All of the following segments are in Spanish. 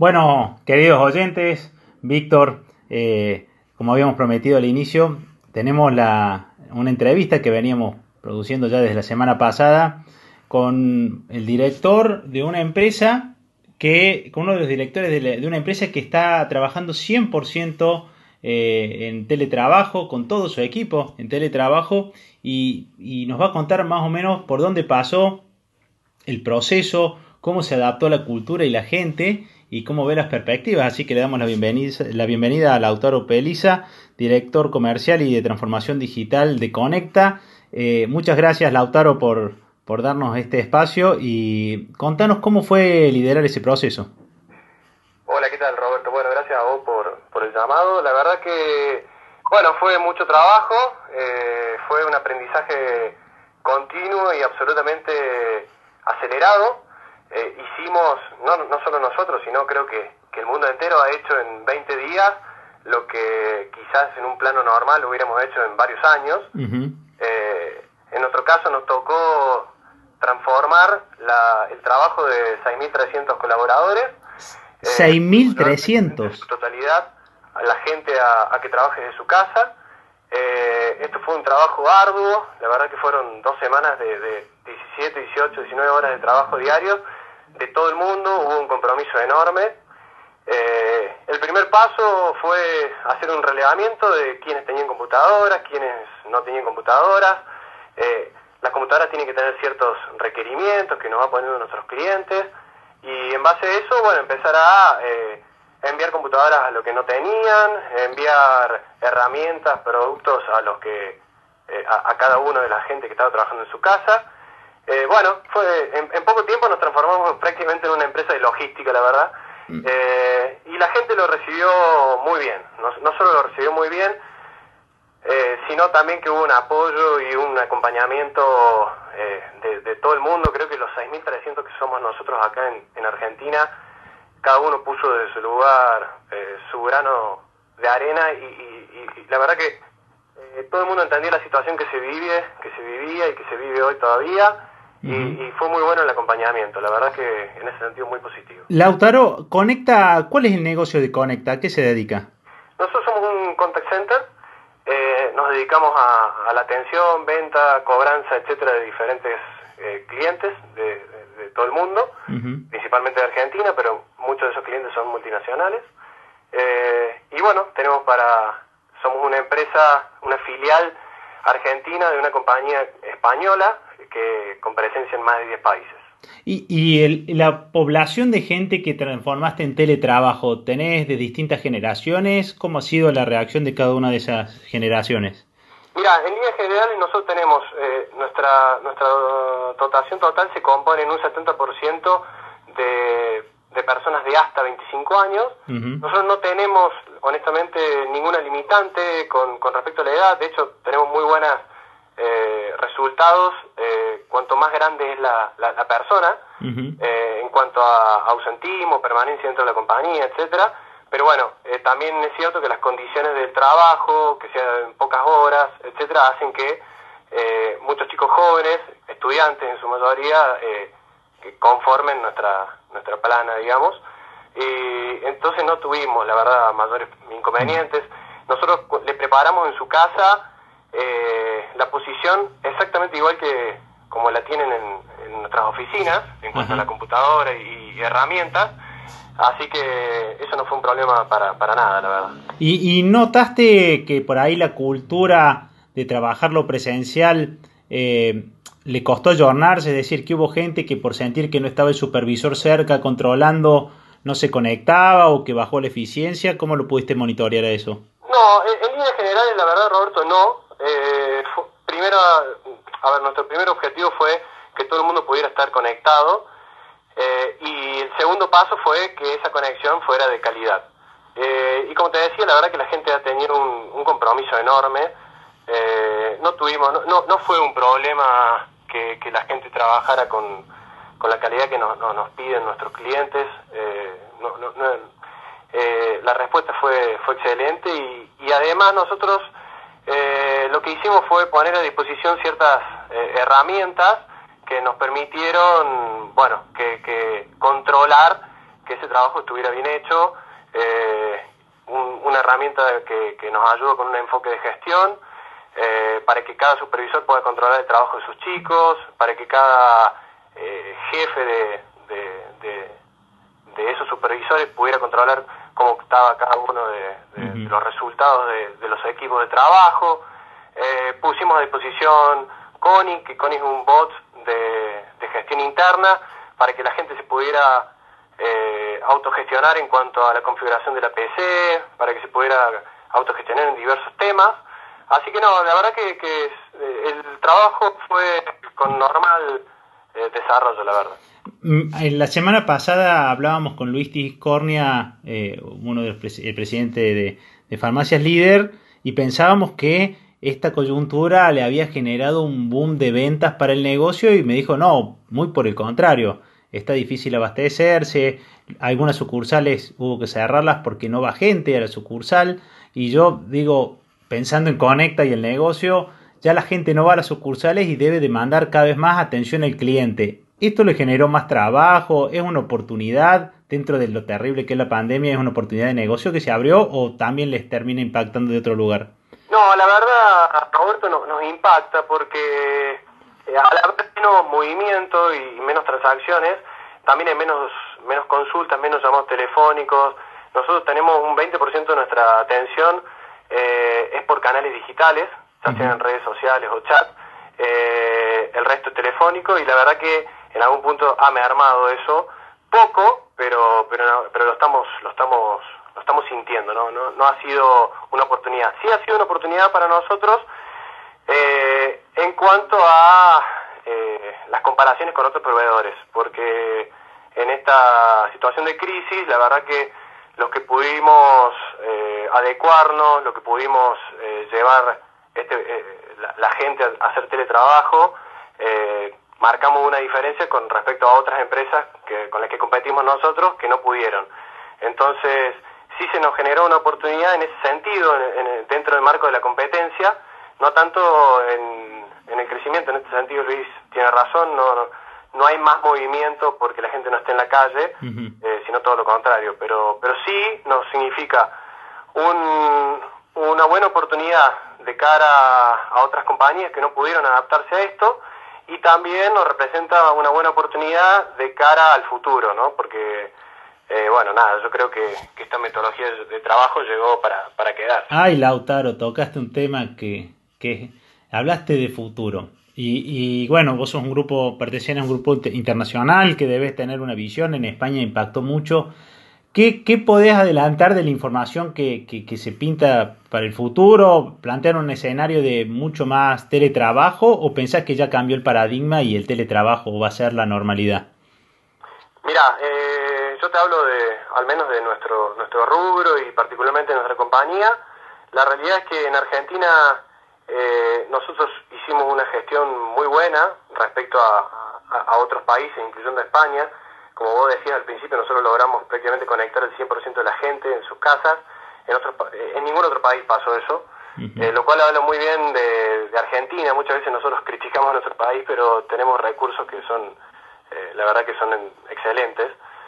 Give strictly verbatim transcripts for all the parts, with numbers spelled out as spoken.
Bueno, queridos oyentes, Víctor, eh, como habíamos prometido al inicio, tenemos la, una entrevista que veníamos produciendo ya desde la semana pasada con el director de una empresa que, con uno de los directores de, la, de una empresa que está trabajando cien por ciento eh, en teletrabajo, con todo su equipo en teletrabajo, y, y nos va a contar más o menos por dónde pasó el proceso, cómo se adaptó la cultura y la gente y cómo ve las perspectivas. Así que le damos la bienvenida, la bienvenida a Lautaro Pelliza, director comercial y de transformación digital de Conecta. Eh, muchas gracias, Lautaro, por, por darnos este espacio y contanos cómo fue liderar ese proceso. Hola, ¿qué tal, Roberto? Bueno, gracias a vos por, por el llamado. La verdad que, bueno, fue mucho trabajo, eh, fue un aprendizaje continuo y absolutamente acelerado. Eh, hicimos, no, no solo nosotros, sino creo que, que el mundo entero ha hecho en veinte días lo que quizás en un plano normal hubiéramos hecho en varios años. Uh-huh. Eh, en nuestro caso nos tocó transformar la, el trabajo de seis mil trescientos colaboradores. seis mil trescientos. En su totalidad, a la gente a, a que trabaje desde su casa. Eh, esto fue un trabajo arduo, la verdad que fueron dos semanas de, de diecisiete, dieciocho, diecinueve horas de trabajo diarios de todo el mundo, hubo un compromiso enorme. Eh, el primer paso fue hacer un relevamiento de quienes tenían computadoras, quienes no tenían computadoras. Eh, las computadoras tienen que tener ciertos requerimientos que nos van poniendo nuestros clientes, y en base a eso, bueno, empezar a eh, enviar computadoras a los que no tenían, enviar herramientas, productos a los que eh, a, a cada uno de la gente que estaba trabajando en su casa. Eh, bueno, fue en, en poco tiempo nos transformamos prácticamente en una empresa de logística, la verdad, eh, y la gente lo recibió muy bien. No, no solo lo recibió muy bien, eh, sino también que hubo un apoyo y un acompañamiento eh, de, de todo el mundo. Creo que los seis mil trescientos que somos nosotros acá en, en Argentina, cada uno puso desde su lugar eh, su grano de arena, y, y, y la verdad que eh, todo el mundo entendió la situación que se vive, que se vivía y que se vive hoy todavía. Y, y fue muy bueno el acompañamiento, la verdad que en ese sentido muy positivo. Lautaro, Conecta, ¿cuál es el negocio de Conecta? ¿A qué se dedica? Nosotros somos un contact center, eh, nos dedicamos a, a la atención, venta, cobranza, etcétera, de diferentes eh, clientes de, de, de todo el mundo, uh-huh. principalmente de Argentina, pero muchos de esos clientes son multinacionales. Eh, y bueno, tenemos para, somos una empresa, una filial argentina de una compañía española que con presencia en más de diez países. Y, y el, la población de gente que transformaste en teletrabajo, ¿tenés de distintas generaciones? ¿Cómo ha sido la reacción de cada una de esas generaciones? Mira, en líneas generales nosotros tenemos, eh, nuestra nuestra dotación total se compone en un setenta por ciento de, de personas de hasta veinticinco años. Uh-huh. Nosotros no tenemos, honestamente, ninguna limitante con, con respecto a la edad. De hecho, tenemos muy buenas Eh, resultados eh, cuanto más grande es la, la, la persona, uh-huh. eh, en cuanto a ausentismo, permanencia dentro de la compañía, etcétera. Pero bueno, eh, también es cierto que las condiciones del trabajo, que sean pocas horas, etcétera, hacen que eh, muchos chicos jóvenes, estudiantes en su mayoría, eh, que conformen nuestra nuestra plana, digamos. Y entonces no tuvimos, la verdad, mayores inconvenientes. Nosotros le preparamos en su casa Eh, la posición exactamente igual que como la tienen en, en nuestras oficinas, en cuanto uh-huh. a la computadora y, y herramientas, así que eso no fue un problema para, para nada, la verdad. ¿Y, ¿Y notaste que por ahí la cultura de trabajar lo presencial eh, le costó ayornarse? Es decir, que hubo gente que por sentir que no estaba el supervisor cerca controlando no se conectaba o que bajó la eficiencia. ¿Cómo lo pudiste monitorear a eso? No, en, en líneas generales, la verdad, Roberto, no. Eh, fue, primero, a ver, nuestro primer objetivo fue que todo el mundo pudiera estar conectado, eh, y el segundo paso fue que esa conexión fuera de calidad. Eh, y como te decía, la verdad que la gente ha tenido un, un compromiso enorme. Eh, no tuvimos, no, no, no fue un problema que, que la gente trabajara con, con la calidad que nos, nos, nos piden nuestros clientes. Eh, no, no, no, eh, la respuesta fue, fue excelente, y, y además nosotros Eh, lo que hicimos fue poner a disposición ciertas eh, herramientas que nos permitieron, bueno, que, que controlar que ese trabajo estuviera bien hecho, eh, un, una herramienta que, que nos ayude con un enfoque de gestión, eh, para que cada supervisor pueda controlar el trabajo de sus chicos, para que cada eh, jefe de, de, de, de esos supervisores pudiera controlar cómo estaba cada uno de, de, uh-huh. de los resultados de, de los equipos de trabajo. Eh, pusimos a disposición Connie, que Connie es un bot de, de gestión interna, para que la gente se pudiera eh, autogestionar en cuanto a la configuración de la P C, para que se pudiera autogestionar en diversos temas. Así que no, la verdad que, que el trabajo fue con normal eh, desarrollo, la verdad. En la semana pasada hablábamos con Luis Tiscornia, eh, uno del pres- el presidente de, de Farmacias Líder, y pensábamos que esta coyuntura le había generado un boom de ventas para el negocio, y me dijo, no, muy por el contrario, está difícil abastecerse, algunas sucursales hubo que cerrarlas porque no va gente a la sucursal, y yo digo, pensando en Conecta y el negocio, ya la gente no va a las sucursales y debe demandar cada vez más atención al cliente. ¿Esto le generó más trabajo? ¿Es una oportunidad dentro de lo terrible que es la pandemia? ¿Es una oportunidad de negocio que se abrió o también les termina impactando de otro lugar? No, la verdad, Roberto, nos, nos impacta porque eh, al haber menos movimiento y menos transacciones, también hay menos, menos consultas, menos llamados telefónicos. Nosotros tenemos un veinte por ciento de nuestra atención eh, es por canales digitales, ya sean en redes sociales o chat, eh, el resto es telefónico, y la verdad que en algún punto ha mermado eso, poco, pero pero no, pero lo estamos lo estamos lo estamos sintiendo, ¿no? No, no ha sido una oportunidad. Sí ha sido una oportunidad para nosotros eh, en cuanto a eh, las comparaciones con otros proveedores, porque en esta situación de crisis, la verdad que los que pudimos eh, adecuarnos, lo que pudimos eh, llevar este, eh, la, la gente a, a hacer teletrabajo, eh, marcamos una diferencia con respecto a otras empresas que, con las que competimos nosotros, que no pudieron. Entonces, sí se nos generó una oportunidad en ese sentido, en, en, dentro del marco de la competencia, no tanto en, en el crecimiento. En este sentido, Luis tiene razón, no, no, no hay más movimiento porque la gente no esté en la calle, uh-huh. eh, sino todo lo contrario. Pero, pero sí nos significa un, una buena oportunidad de cara a otras compañías que no pudieron adaptarse a esto, y también nos representa una buena oportunidad de cara al futuro, ¿no? Porque, eh, bueno, nada, yo creo que, que esta metodología de, de trabajo llegó para, para quedarse. Ay, Lautaro, tocaste un tema que, que hablaste de futuro. Y, y bueno, vos sos un grupo, pertenecés a un grupo internacional que debes tener una visión. En España impactó mucho. ¿Qué, qué podés adelantar de la información que, que, que se pinta para el futuro? ¿Plantear un escenario de mucho más teletrabajo o pensás que ya cambió el paradigma y el teletrabajo va a ser la normalidad? Mira, eh, yo te hablo de, al menos de nuestro, nuestro rubro y particularmente de nuestra compañía. La realidad es que en Argentina eh, nosotros hicimos una gestión muy buena respecto a, a, a otros países, incluyendo a España. Como vos decías al principio, nosotros logramos prácticamente conectar el cien por ciento de la gente en sus casas. En, otros, en ningún otro país pasó eso, uh-huh. eh, lo cual habla muy bien de, de Argentina. Muchas veces nosotros criticamos a nuestro país, pero tenemos recursos que son, eh, la verdad que son excelentes.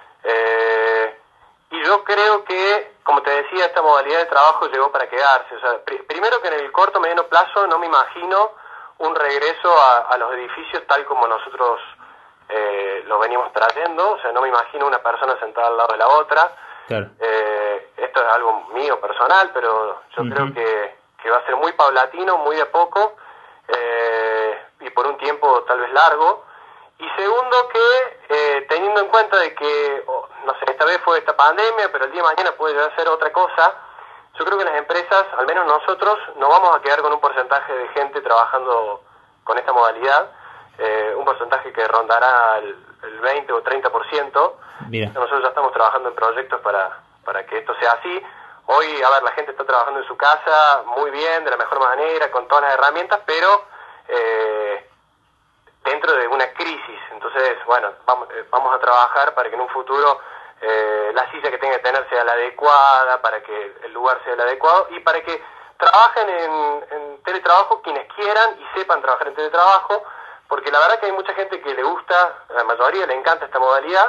Eh, y yo creo que, como te decía, esta modalidad de trabajo llegó para quedarse. O sea, pr- primero que en el corto, mediano plazo no me imagino un regreso a, a los edificios tal como nosotros Eh, lo venimos trayendo. O sea, no me imagino una persona sentada al lado de la otra. Claro. Eh, esto es algo mío personal, pero yo uh-huh. creo que, que va a ser muy paulatino, muy de poco, eh, y por un tiempo tal vez largo. Y segundo que, eh, teniendo en cuenta de que, oh, no sé, esta vez fue esta pandemia, pero el día de mañana puede llegar a ser otra cosa, yo creo que las empresas, al menos nosotros, nos vamos a quedar con un porcentaje de gente trabajando con esta modalidad. Eh, un porcentaje que rondará el, el veinte o treinta por ciento. Mira. Nosotros ya estamos trabajando en proyectos para, para que esto sea así. Hoy, a ver, la gente está trabajando en su casa muy bien, de la mejor manera, con todas las herramientas, pero eh, dentro de una crisis. Entonces, bueno, vamos, eh, vamos a trabajar para que en un futuro eh, la silla que tenga que tener sea la adecuada, para que el lugar sea el adecuado, y para que trabajen en, en teletrabajo quienes quieran y sepan trabajar en teletrabajo. Porque la verdad que hay mucha gente que le gusta, a la mayoría le encanta esta modalidad,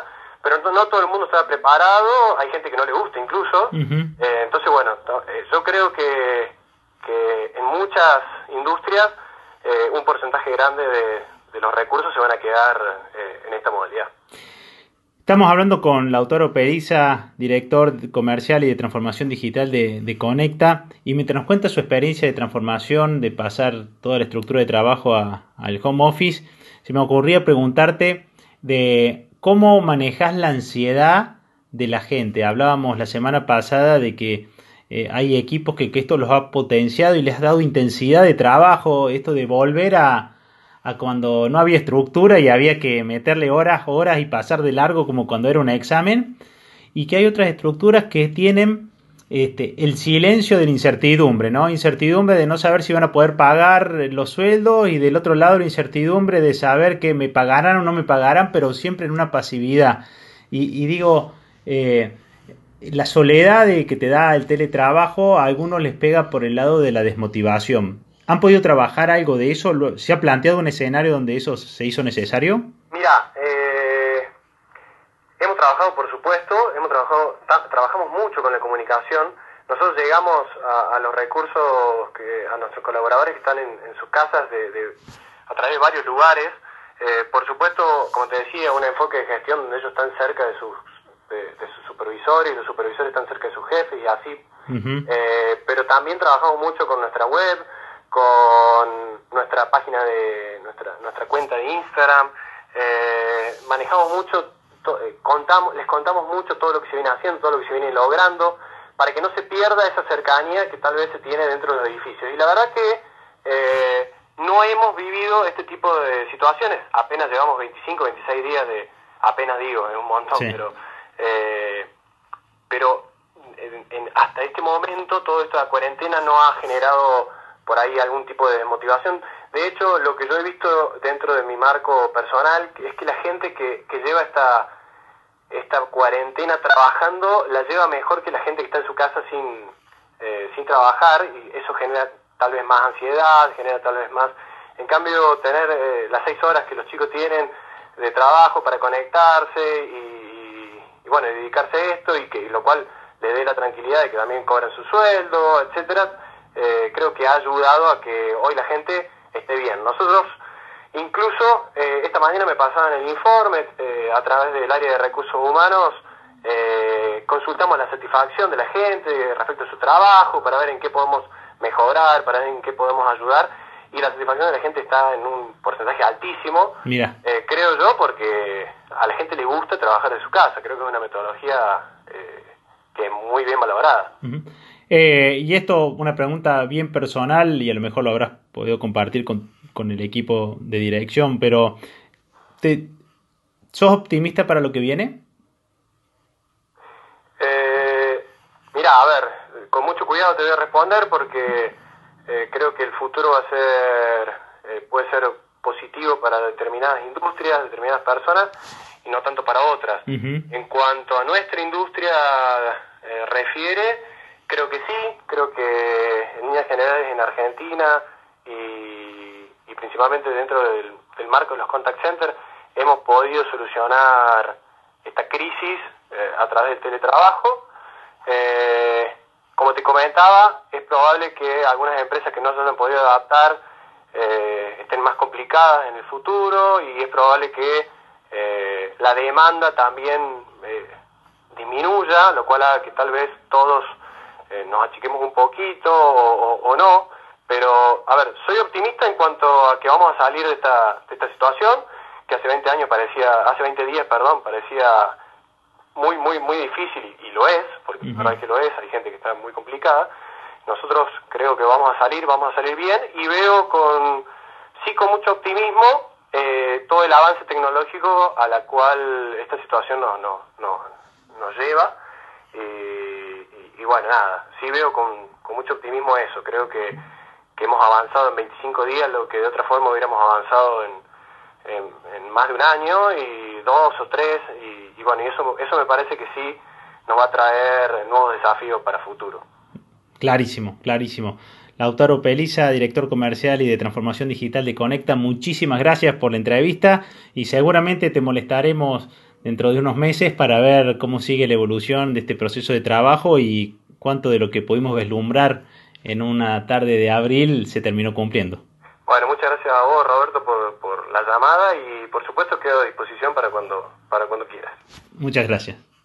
pero no, no todo el mundo está preparado, hay gente que no le gusta incluso, Uh-huh. eh, entonces bueno, eh, yo creo que, que en muchas industrias eh, un porcentaje grande de, de los recursos se van a quedar eh, en esta modalidad. Estamos hablando con Lautaro Pediza, director comercial y de transformación digital de, de Conecta, y mientras nos cuenta su experiencia de transformación, de pasar toda la estructura de trabajo a, al home office, se me ocurría preguntarte de cómo manejas la ansiedad de la gente. Hablábamos la semana pasada de que eh, hay equipos que, que esto los ha potenciado y les ha dado intensidad de trabajo, esto de volver a a cuando no había estructura y había que meterle horas, horas y pasar de largo como cuando era un examen, y que hay otras estructuras que tienen este, el silencio de la incertidumbre, ¿no? Incertidumbre de no saber si van a poder pagar los sueldos, y del otro lado la incertidumbre de saber que me pagarán o no me pagarán, pero siempre en una pasividad. Y, y digo, eh, la soledad de que te da el teletrabajo a algunos les pega por el lado de la desmotivación. ¿Han podido trabajar algo de eso? ¿Se ha planteado un escenario donde eso se hizo necesario? Mira, eh, hemos trabajado, por supuesto, hemos trabajado, ta, trabajamos mucho con la comunicación. Nosotros llegamos a, a los recursos, que a nuestros colaboradores que están en, en sus casas de, de, a través de varios lugares. Eh, por supuesto, como te decía, un enfoque de gestión donde ellos están cerca de sus, de, de sus supervisores, y los supervisores están cerca de sus jefes y así. Uh-huh. Eh, pero también trabajamos mucho con nuestra web, con nuestra página de nuestra nuestra cuenta de Instagram, eh, manejamos mucho, to, eh, contamos les contamos mucho todo lo que se viene haciendo, todo lo que se viene logrando, para que no se pierda esa cercanía que tal vez se tiene dentro de los edificios. Y la verdad que eh, no hemos vivido este tipo de situaciones, apenas llevamos veinticinco, veintiséis días de, apenas digo, es un montón, sí. pero eh, pero en, en, hasta este momento toda esta cuarentena no ha generado por ahí algún tipo de motivación. De hecho, lo que yo he visto dentro de mi marco personal es que la gente que, que lleva esta esta cuarentena trabajando la lleva mejor que la gente que está en su casa sin eh, sin trabajar, y eso genera tal vez más ansiedad, genera tal vez más... En cambio, tener eh, las seis horas que los chicos tienen de trabajo para conectarse y, y, y bueno, dedicarse a esto, y que lo cual le dé la tranquilidad de que también cobran su sueldo, etcétera. Eh, creo que ha ayudado a que hoy la gente esté bien. Nosotros, incluso, eh, esta mañana me pasaban el informe, eh, a través del área de recursos humanos, eh, consultamos la satisfacción de la gente respecto a su trabajo, para ver en qué podemos mejorar, para ver en qué podemos ayudar, y la satisfacción de la gente está en un porcentaje altísimo. Mira. Eh, creo yo, porque a la gente le gusta trabajar de su casa. Creo que es una metodología eh, que es muy bien valorada. Uh-huh. Eh, y esto, una pregunta bien personal, y a lo mejor lo habrás podido compartir con, con el equipo de dirección, pero ¿te, ¿sos optimista para lo que viene? Eh, mira, a ver, con mucho cuidado te voy a responder, porque eh, creo que el futuro va a ser, eh, puede ser positivo para determinadas industrias, determinadas personas, y no tanto para otras. Uh-huh. En cuanto a nuestra industria eh, refiere, creo que sí, creo que en líneas generales en Argentina y, y principalmente dentro del, del marco de los contact centers hemos podido solucionar esta crisis eh, a través del teletrabajo. Eh, como te comentaba, es probable que algunas empresas que no se hayan podido adaptar eh, estén más complicadas en el futuro, y es probable que eh, la demanda también eh, disminuya, lo cual haga que tal vez todos Eh, nos achiquemos un poquito o, o, o no, pero a ver, soy optimista en cuanto a que vamos a salir de esta, de esta situación, que hace veinte años parecía, hace veinte días, perdón, parecía muy, muy, muy difícil, y, y lo es, porque uh-huh. la verdad es que lo es, hay gente que está muy complicada. Nosotros creo que vamos a salir, vamos a salir bien, y veo con, sí, con mucho optimismo eh, todo el avance tecnológico a la cual esta situación nos, nos, nos, nos lleva. Eh, y, y bueno, nada, sí veo con, con mucho optimismo eso. Creo que, que hemos avanzado en veinticinco días lo que de otra forma hubiéramos avanzado en, en, en más de un año, y dos o tres, y, y bueno, y eso, eso me parece que sí nos va a traer nuevos desafíos para futuro. Clarísimo, clarísimo. Lautaro Pediza, director comercial y de transformación digital de Conecta, muchísimas gracias por la entrevista, y seguramente te molestaremos dentro de unos meses para ver cómo sigue la evolución de este proceso de trabajo y cuánto de lo que pudimos vislumbrar en una tarde de abril se terminó cumpliendo. Bueno, muchas gracias a vos, Roberto, por, por la llamada y por supuesto quedo a disposición para cuando, para cuando quieras. Muchas gracias.